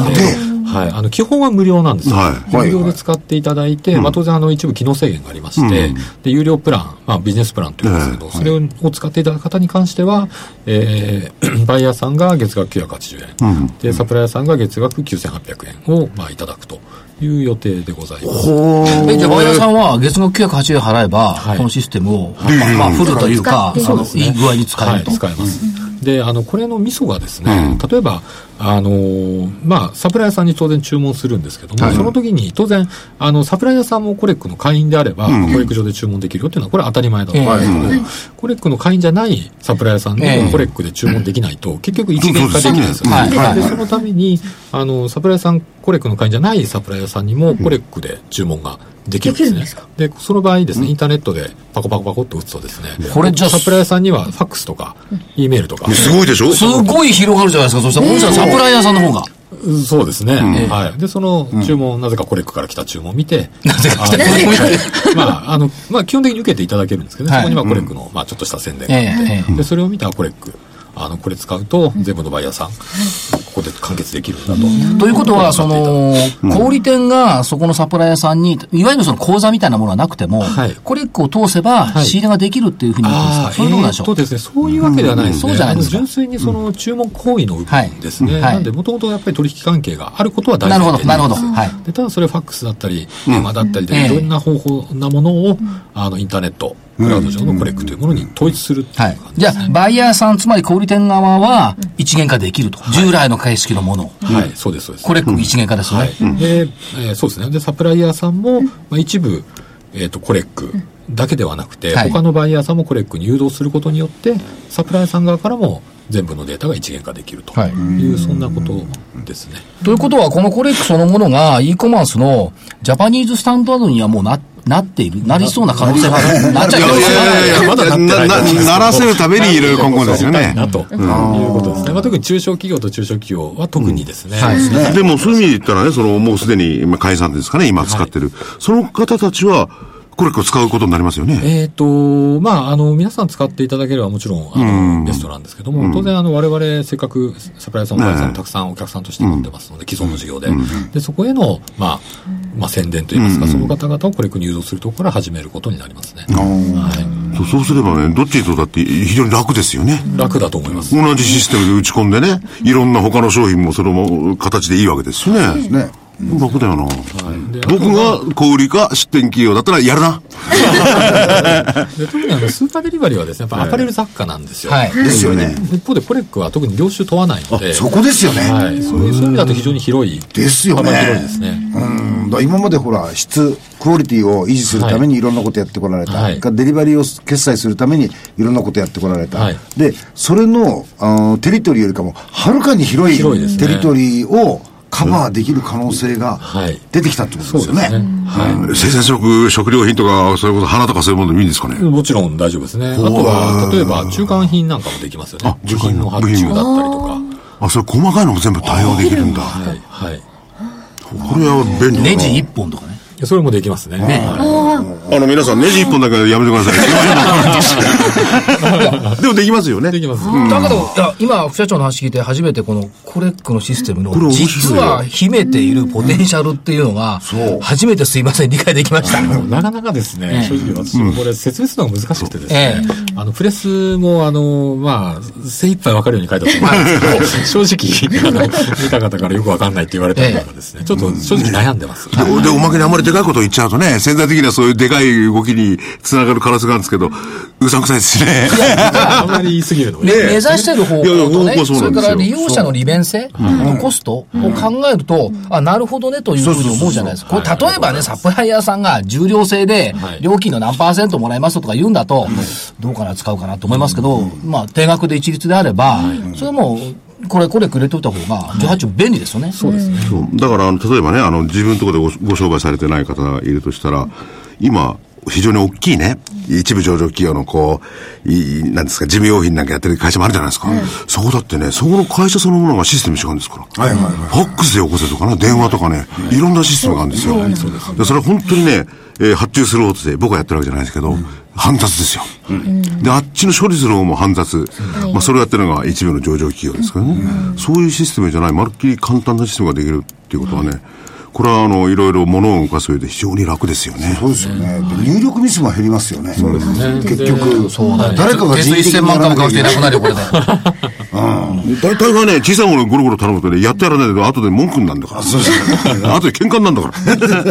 基本は無料なんですよ。無料で使っていただいて、まあ、当然一部機能制限がありまして、で、有料プラン、まあ、ビジネスプランというんですけど、それを使っていただく方に関しては、バイヤーさんが月額980円、で、サプライヤーさんが月額9800円を、まあ、いただくという予定でございます。 じゃあ、バイヤーさんは月額980円払えば、このシステムを、まあ、フルというか、いい具合に使えると。 使えます。で、これのミソがですね、例えば、まあ、サプライヤーさんに当然注文するんですけども、その時に当然、サプライヤーさんもコレックの会員であれば、コレック上で注文できるよっていうのは、これは当たり前だと思うんですけど、コレックの会員じゃないサプライヤーさんでコレックで注文できないと、結局一元化できないんですよね。で、そのために、サプライヤーさん、コレックの会員じゃないサプライヤーさんにも、コレックで注文ができるんですね。で、その場合ですね、インターネットでパコパコパコっと打つとですね、これじゃサプライヤーさんにはファックスとか、E メールとか。 すごいでしょ？ すごい広がるじゃないですか。そしたら、サプライヤーさんの方が。 そうですね。はい。で、その注文、なぜかコレックから来た注文を見て、 なぜか来た注文を見て、 まあ、基本的に受けていただけるんですけどね、そこにはコレックの、まあ、ちょっとした宣伝があって、で、それを見たコレック。これ使うと全部のバイヤーさん、ここで完結できるんだと。 ということは、その、小売店がそこのサプライヤーさんに、いわゆるその口座みたいなものはなくても、コレックを通せば仕入れができるっていうふうに言ってますか？そういうことなんでしょう？ ですね、そういうわけではないですね。 そうじゃないですか。 純粋にその注文行為の部分ですね。なんで、もともとやっぱり取引関係があることは大事です。 なるほど。 で、ただそれファックスだったり、電話だったりで、いろんな方法なものを、インターネット、クラウド上のコレックというものに統一するっていう感じですね。 じゃあ、バイヤーさん、つまり小売店側は一元化できると。従来の形式のものを。 はい、そうです、そうです。 コレック一元化ですね。 で、そうですね。で、サプライヤーさんも、一部、コレックだけではなくて、他のバイヤーさんもコレックに誘導することによって、サプライヤーさん側からも全部のデータが一元化できるという、そんなことですね。 ということは、このコレックそのものが e コマースのジャパニーズスタンダードにはもうなってなっている、なりそうな可能性がある。なっちゃう。 まだなってないならせるためにいろいろ今後ですよね。 なということですね。特に中小企業と中小企業は特にですね。 でもそういう意味で言ったらね、もうすでに会員さんですかね、今使ってる。その方たちは、これ使うことになりますよね。 皆さん使っていただければもちろん、ベストなんですけども、当然我々せっかくサプライヤーさんの会社さんをたくさんお客さんとして持ってますので、既存の事業で。で、そこへの、宣伝といいますか、その方々をコレクに誘導するところから始めることになりますね。 そうすればね、どっちにとだって非常に楽ですよね。 楽だと思います。 同じシステムで打ち込んでね、いろんな他の商品もその形でいいわけですよね。楽だよな。僕が小売りか出店企業だったらやるな。 で特にスーパーデリバリーはですね、やっぱアパレル雑貨なんですよ。 ですよね。 一方でコレックは特に業種問わないので。 そこですよね。 そういう意味だと非常に広い。 ですよね。 広いですね。 今までほら、クオリティを維持するためにいろんなことやってこられた。デリバリーを決済するためにいろんなことやってこられた。で、それのテリトリーよりかも、はるかに広いテリトリーをカバーできる可能性が出てきたってことですよね。 生鮮食料品とか、そういうこと、花とかそういうものでもいいんですかね。 もちろん大丈夫ですね。あとは、例えば中間品なんかもできますよね。部品の発注だったりとか。 それ細かいのも全部対応できるんだ。これは便利。 ネジ1本とかね。 それもできますね。 皆さんネジ1本だけやめてください。でもできますよね。 できます。 だけど、今、副社長の話聞いて初めてこのコレックのシステムの実は秘めているポテンシャルっていうのが、初めてすいません、理解できました。 なかなかですね、正直私もこれ説明するのが難しくてですね、プレスも精一杯わかるように書いたと思うんですけど、正直、見た方からよくわかんないって言われたりとかですね、ちょっと正直悩んでます。 で、おまけにあんまりでかいことを言っちゃうとね、潜在的にはそういうでかい動きにつながる可能性があるんですけど、うさんくさいですね。 あんまり言い過ぎるの目指してる方向とね、それから利用者の利便性のコストを考えると、なるほどねというふうに思うじゃないですか。これ例えばね、サプライヤーさんが重量制で料金の何%もらえますとか言うんだと、どうかな、使うかなと思いますけど、定額で一律であれば、それも、これくれといた方が、18兆便利ですよね。 そうですね。 だから、例えばね、自分のところでご商売されてない方がいるとしたら、今、非常に大きいね、一部上場企業のなんですか、事務用品なんかやってる会社もあるじゃないですか。そこだってね、そこの会社そのものがシステム違うんですから。ファックスでよこせとかね、電話とかね、いろんなシステムがあるんですよ。でそれは本当にね、発注する方で僕はやってるわけじゃないですけど、煩雑ですよ。で、あっちの処理する方も煩雑。それをやってるのが一部の上場企業ですからね。そういうシステムじゃない、まるっきり簡単なシステムができるっていうことはね、これはいろいろ物を動かす上で非常に楽ですよね。 そうですよね。入力ミスも減りますよね。そうですね。結局、誰かが人的に1000万株買う人いなくなるよ、これで。 大体がね、小さいものをゴロゴロ頼むとね、やってやらないと後で文句になるんだから。後で喧嘩になるんだから。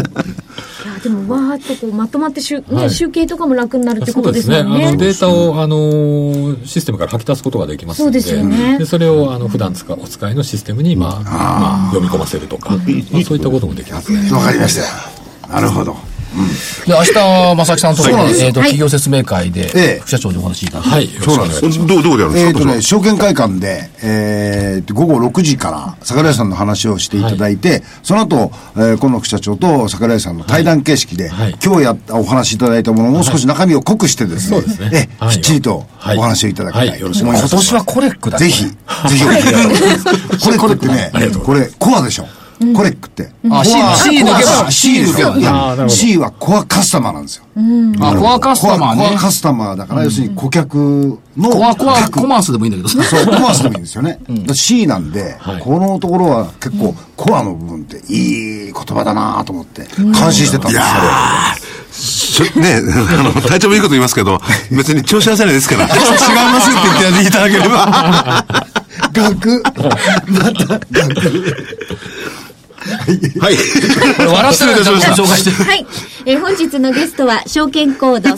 でもわーっとまとまって集計とかも楽になるってことですよね。 そうですね。データをシステムから吐き出すことができますので、そうですよね。でそれを普段お使いのシステムに読み込ませるとか、そういったこともできますね。 わかりましたよ。なるほど。 で、明日、正木さんと企業説明会で、副社長にお話しいただきます。 はい。 そうなんです。どこでやるんですか？ 証券会館で、午後6時から櫻井さんの話をしていただいて、その後、今野副社長と櫻井さんの対談形式で、今日お話しいただいたものを少し中身を濃くしてですね、きっちりとお話をいただきたいと思います。 今年はコレックだ。 ぜひ。コレックってね、これ、コアでしょ。コレックって。 C 抜けば、C 抜けば。 C はコアカスタマーなんですよ。 コアカスタマーね。 コアカスタマーだから、要するに顧客の。 コマースでもいいんだけどそう、コマースでもいいんですよね。C なんで、このところは結構、コアの部分っていい言葉だなと思って、感心してたんですよ。 ね、体調もいいこと言いますけど、別に調子合わせないですから、違いますって言っていただければ。 学。また、学。 はい。 これ笑ってるでしょ、紹介して。 はい。本日のゲストは、証券コード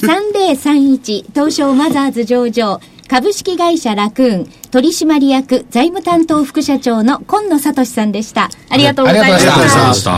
3031、東証マザーズ上場、株式会社ラクーン、取締役財務担当副社長の今野聡さんでした。ありがとうございました。 ありがとうございました。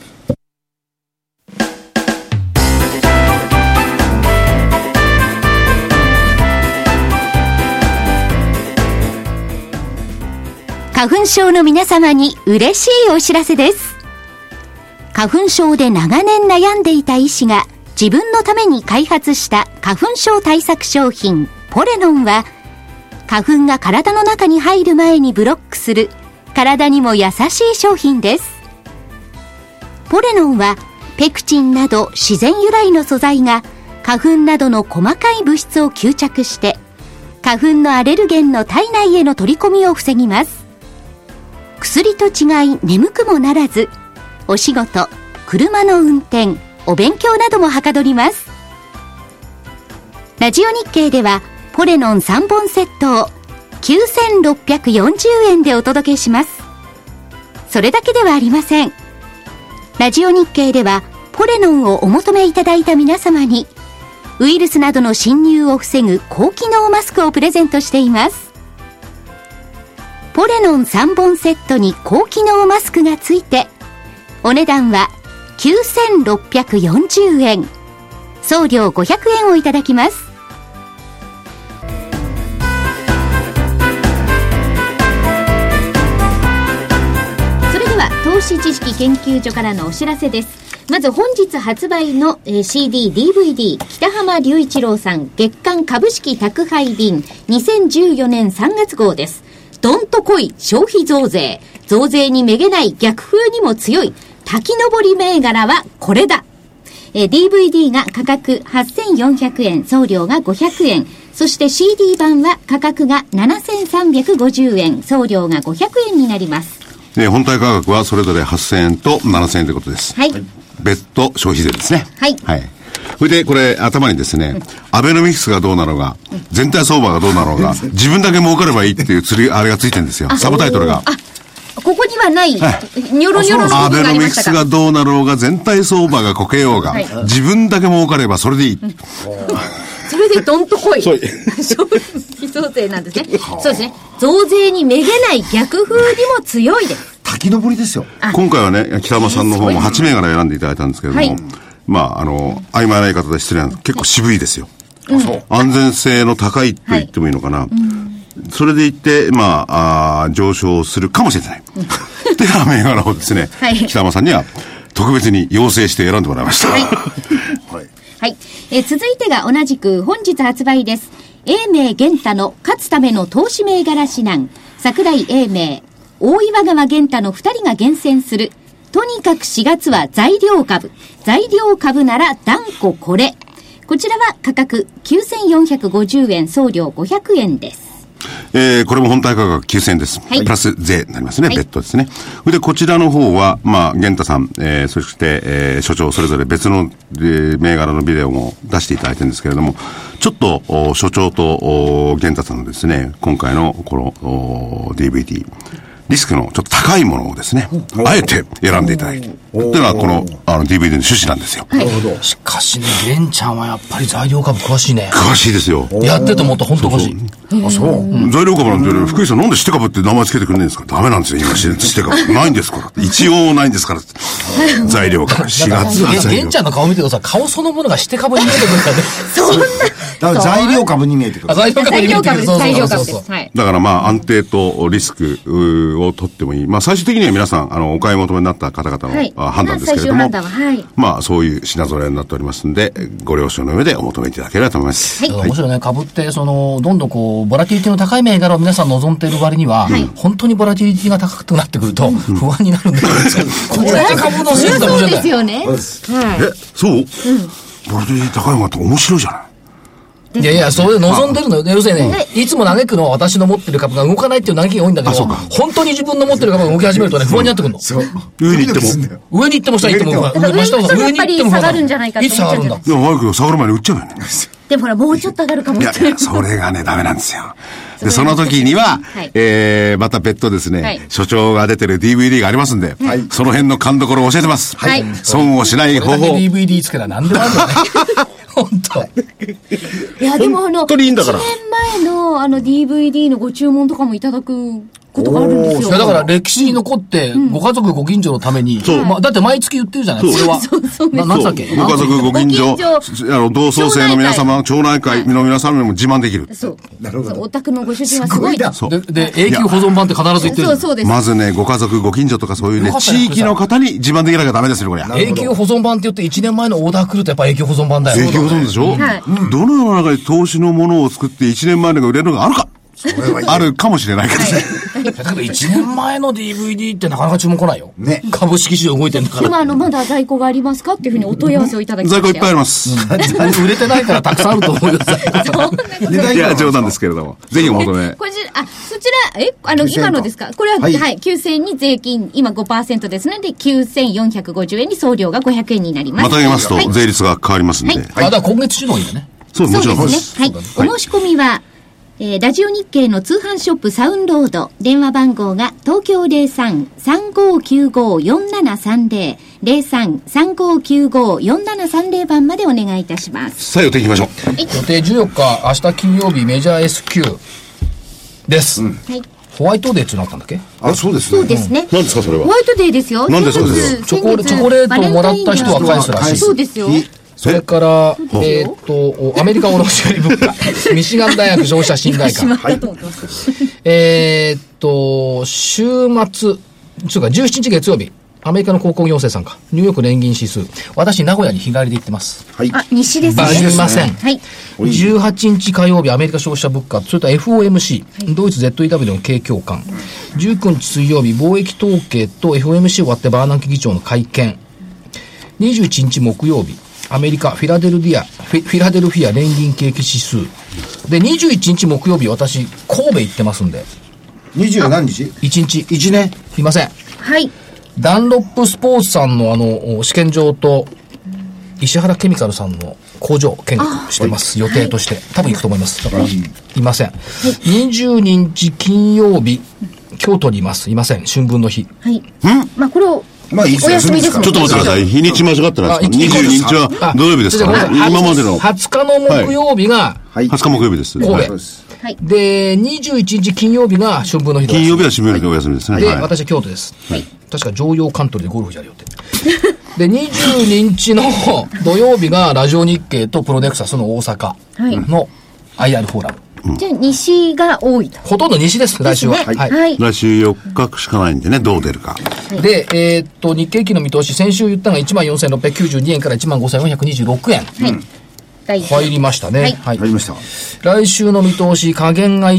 花粉症の皆様に嬉しいお知らせです。花粉症で長年悩んでいた医師が自分のために開発した花粉症対策商品ポレノンは、花粉が体の中に入る前にブロックする体にも優しい商品です。ポレノンはペクチンなど自然由来の素材が花粉などの細かい物質を吸着して花粉のアレルゲンの体内への取り込みを防ぎます。薬と違い眠くもならず、お仕事、車の運転、お勉強などもはかどります。ラジオ日経ではポレノン3本セットを9640円でお届けします。それだけではありません。ラジオ日経ではポレノンをお求めいただいた皆様にウイルスなどの侵入を防ぐ高機能マスクをプレゼントしています。ポレノン3本セットに高機能マスクがついてお値段は9640円、送料500円をいただきます。それでは投資知識研究所からのお知らせです。まず本日発売の CD、DVD 北浜隆一郎さん月間株式宅配便2014年3月号です。どんとこい消費増税、増税にめげない逆風にも強い滝登り銘柄はこれだ。DVD が価格8400円、送料が500円。そして CD 版は価格が7350円、送料が500円になります。 本体価格はそれぞれ8000円と7000円ということです。 はい。 別途消費税ですね。 はい。 はい。それでこれ頭にですね、アベノミクスがどうなのが、全体相場がどうなのが、自分だけ儲かればいいっていうあれがついてるんですよ。サブタイトルが。 ここにはない、ニョロニョロのアベノミクスがどうなろうが、全体相場がこけようが、自分だけ儲かればそれでいい。 それでどんとこい。消費増税なんですね。そうですね。増税にめげない逆風にも強いです。 滝登りですよ。 今回はね、北山さんの方も8銘柄選んでいただいたんですけれども、曖昧な言い方で失礼なんです。結構渋いですよ。安全性の高いと言ってもいいのかな。それでいって、上昇するかもしれない。ってな銘柄をですね、北山さんには特別に要請して選んでもらいました。はい。 続いてが同じく本日発売です。英明玄太の勝つための投資銘柄指南、櫻井英明、大岩川玄太の2人が厳選する、とにかく4月は材料株なら断固これ。こちらは価格9450円、送料500円です。 これも本体価格9000円です。プラス税になりますね。別途ですね。で、こちらの方は、玄太さん、そして、所長それぞれ別の、銘柄のビデオも出していただいてるんですけれども、ちょっと、所長と、玄太さんのですね、今回のこの、DVD、リスクのちょっと高いものをですね、あえて選んでいただいて。というのはこの、DVD の趣旨なんですよ。 なるほど。しかしね、玄ちゃんはやっぱり材料株詳しいね。 詳しいですよ。 やっててもっと本当詳しい。 材料株なんて、福井さんなんでシテ株って名前つけてくれないんですか？ダメなんですよ、今シテ株。ないんですから。一応ないんですから。材料株。4月は玄ちゃんの顔見てるとさ、顔そのものがシテ株に見えてくるからね。 そんな。 だから材料株に見えてくる。 材料株に見えてくる。材料株です。 だから安定とリスクを取ってもいい。最終的には皆さん、お買い求めになった方々の判断ですけれども、そういう品揃えになっておりますんで、ご了承の上でお求めいただければと思います。 面白いね。株って、どんどんボラティリティの高い銘柄を皆さん望んでいる割には、本当にボラティリティが高くなってくると、不安になるんだけど、これ株のせいだもんじゃない。そうですよね。 そう？ボラティリティ高いのって面白いじゃない。 いや、それで望んでるのよ。要するにね、いつも嘆くのは私の持ってる株が動かないっていう嘆きが多いんだけど、本当に自分の持ってる株が動き始めるとね、不安になってくるの。 上に行っても下に行っても、 上に行っても下がるんじゃないかって。 いつ下がるんだ。 でも悪く下がる前に売っちゃうよね。 でもほら、もうちょっと上がるかもしれない。 それがね、ダメなんですよ。で、その時には、また別途ですね、所長が出てる DVD がありますんで、その辺の勘どころを教えてます。損をしない方法。 DVD つけたら何でもあるよね。本当。 いや、でも本当にいいんだから。 1年前のDVD のご注文とかもいただく。 ことがあるんですよ。 だから歴史に残って、ご家族ご近所のために、だって毎月言ってるじゃないですか、これは。なんだっけ、 ご家族ご近所、同窓生の皆様、町内会の皆様にも自慢できる。 そう。なるほど。お宅のご主人はすごいだ。 で、永久保存版って必ず言ってる。 そうです。 まずね、ご家族ご近所とかそういうね、地域の方に自慢できなきゃダメですよ、これ。 永久保存版って言って1年前のオーダー来るとやっぱ永久保存版だよ。 永久保存でしょ。どの世の中に投資のものを作って1年前のが売れるのがあるか。あるかもしれないけどね。 だけど1年前の DVD ってなかなか注文来ないよ。ね。株式市場動いてるんだから。 でもまだ在庫がありますかっていうふうにお問い合わせをいただきました。 在庫いっぱいあります。 売れてないからたくさんあると思うよ。 いや、冗談ですけれども。ぜひお求め。 そちら、今のですか？これは、はい、9000円に税金、今 5% ですので、9450円に送料が500円になります。 また言いますと、税率が変わりますんで。 だから今月中のいいよね。 そうですね。はい。お申し込みは、ラジオ日経の通販ショップサウンロード、電話番号が東京 03-3595-4730、03-3595-4730 番までお願いいたします。 さあ、予定いきましょう。 予定14日、明日金曜日メジャー S q です。はい。ホワイトデーってなったんだっけ？ そうですね。 そうですね。 何ですか、それは。 ホワイトデーですよ。 なんでそうですよ。 チョコレートをもらった人は返すらしい。 そうですよ。 それから、アメリカ卸売物価、ミシガン大学消費者信頼感。週末、17日月曜日、アメリカの鉱工業生産か、ニューヨーク連銀指数。私、名古屋に日帰りで行ってます。 はい。西ですね。 すみません。はい。18日火曜日、アメリカ消費者物価、それと FOMC、ドイツ ZEW の景況感。19日水曜日、貿易統計と FOMC 終わってバーナンキ議長の会見。21日木曜日、アメリカ、フィラデルフィア連銀景気指数。で、21日木曜日、私、神戸行ってますんで。 20何日 ?1 日。1年いません。 はい。 ダンロップスポーツさんの試験場と、石原ケミカルさんの工場見学してます。予定として。多分行くと思います。だから、いません。22日金曜日、京都にいます。いません。春分の日。 はい。まあ、これを、 まあ、いいですね。 ちょっと待ってください。日にち間違ってないですか？ 22日は土曜日ですか？今までの。 20日の木曜日が、 20日木曜日です。 神戸。で、21日金曜日が春分の日です。 金曜日は春分の日お休みですね。 で、私は京都です。確か常陽カントリーでゴルフやる予定。で、22日の土曜日がラジオ日経とプロネクサスの大阪の IR フォーラム。 じゃあ、西が多いと。 ほとんど西です、来週は。 はい。来週4日しかないんでね、どう出るか。 で、日経期の見通し、先週言ったのが 14,692 円から 15,426 円。入りましたね。 入りました。 来週の見通し、下限が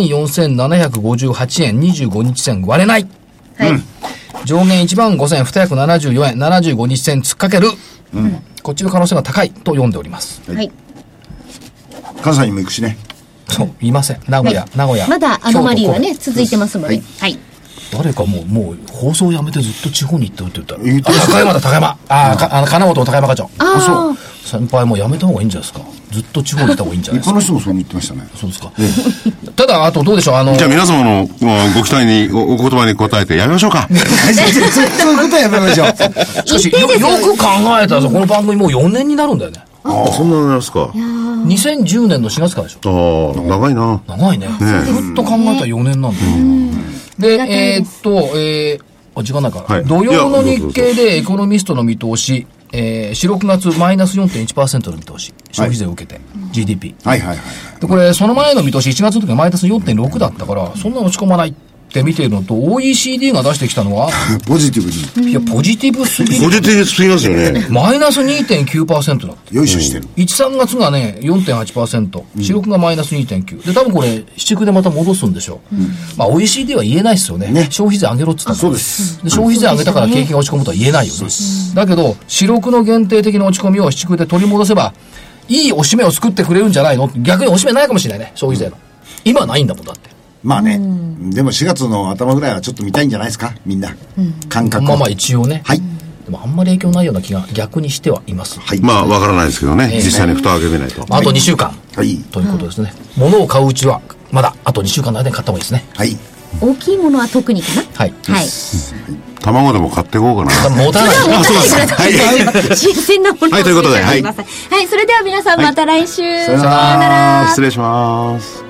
14,758 円、25日線割れない。はい。上限 15,274 円、75日線突っかける。こっちの可能性が高いと読んでおります。 はい。 関西にも行くしね。 そう、いません。名古屋。 まだアノマリーはね、続いてますので。はい。 誰かもう、放送やめてずっと地方に行ってるって言ったら。高山だ、高山。金本の高山課長。 そう。 先輩もうやめた方がいいんじゃないですか。ずっと地方に行った方がいいんじゃないですか。 他の人もそう言ってましたね。 そうですか。ただ、あとどうでしょう、 じゃあ皆様のご期待に、お言葉に答えてやめましょうか。 そういうことはやめましょう。 しかし、よく考えたらこの番組もう4年になるんだよね。 そんなになりますか。 2010年の4月からでしょ。長いな。 長いね。ずっと考えたら4年なんだよ。で、時間ないから。土曜の日経でエコノミストの見通し、4、6月マイナス 4.1% の見通し。消費税を受けて。GDP。で、これ、その前の見通し、1月の時はマイナス 4.6 だったから、そんな落ち込まないって見ているのと、OECD が出してきたのは、 ポジティブに。 いや、ポジティブすぎる。 ポジティブすぎますよね。 マイナス 2.9% だって。 よいしょしてる。 1、3月がね、4.8%。4、6がマイナス 2.9。で、多分これ、7、9でまた戻すんでしょう。まあ、OECD は言えないですよね。消費税上げろって言ったそうです。 消費税上げたから景気が落ち込むとは言えないよね。だけど、4、6の限定的な落ち込みを7、9で取り戻せば、いいおしめを作ってくれるんじゃないの？逆におしめないかもしれないね、消費税の。今ないんだもんだって。 まあね。でも4月の頭ぐらいはちょっと見たいんじゃないですか、みんな。感覚。 まあ一応ね。 はい。 でもあんまり影響ないような気が逆にしてはいます。 はい。まあわからないですけどね。実際に蓋を開けてみないと。 あと2週間。 はい。 ということですね。物を買ううちは、まだあと2週間の間に買った方がいいですね。 はい。 大きいものは特にかな。 はい。 はい。 卵でも買っていこうかな。 持たない。 あ、そうです。はい。新鮮なものを。 はい、ということで。はい。 はい。それでは皆さんまた来週。 さよなら。 失礼します。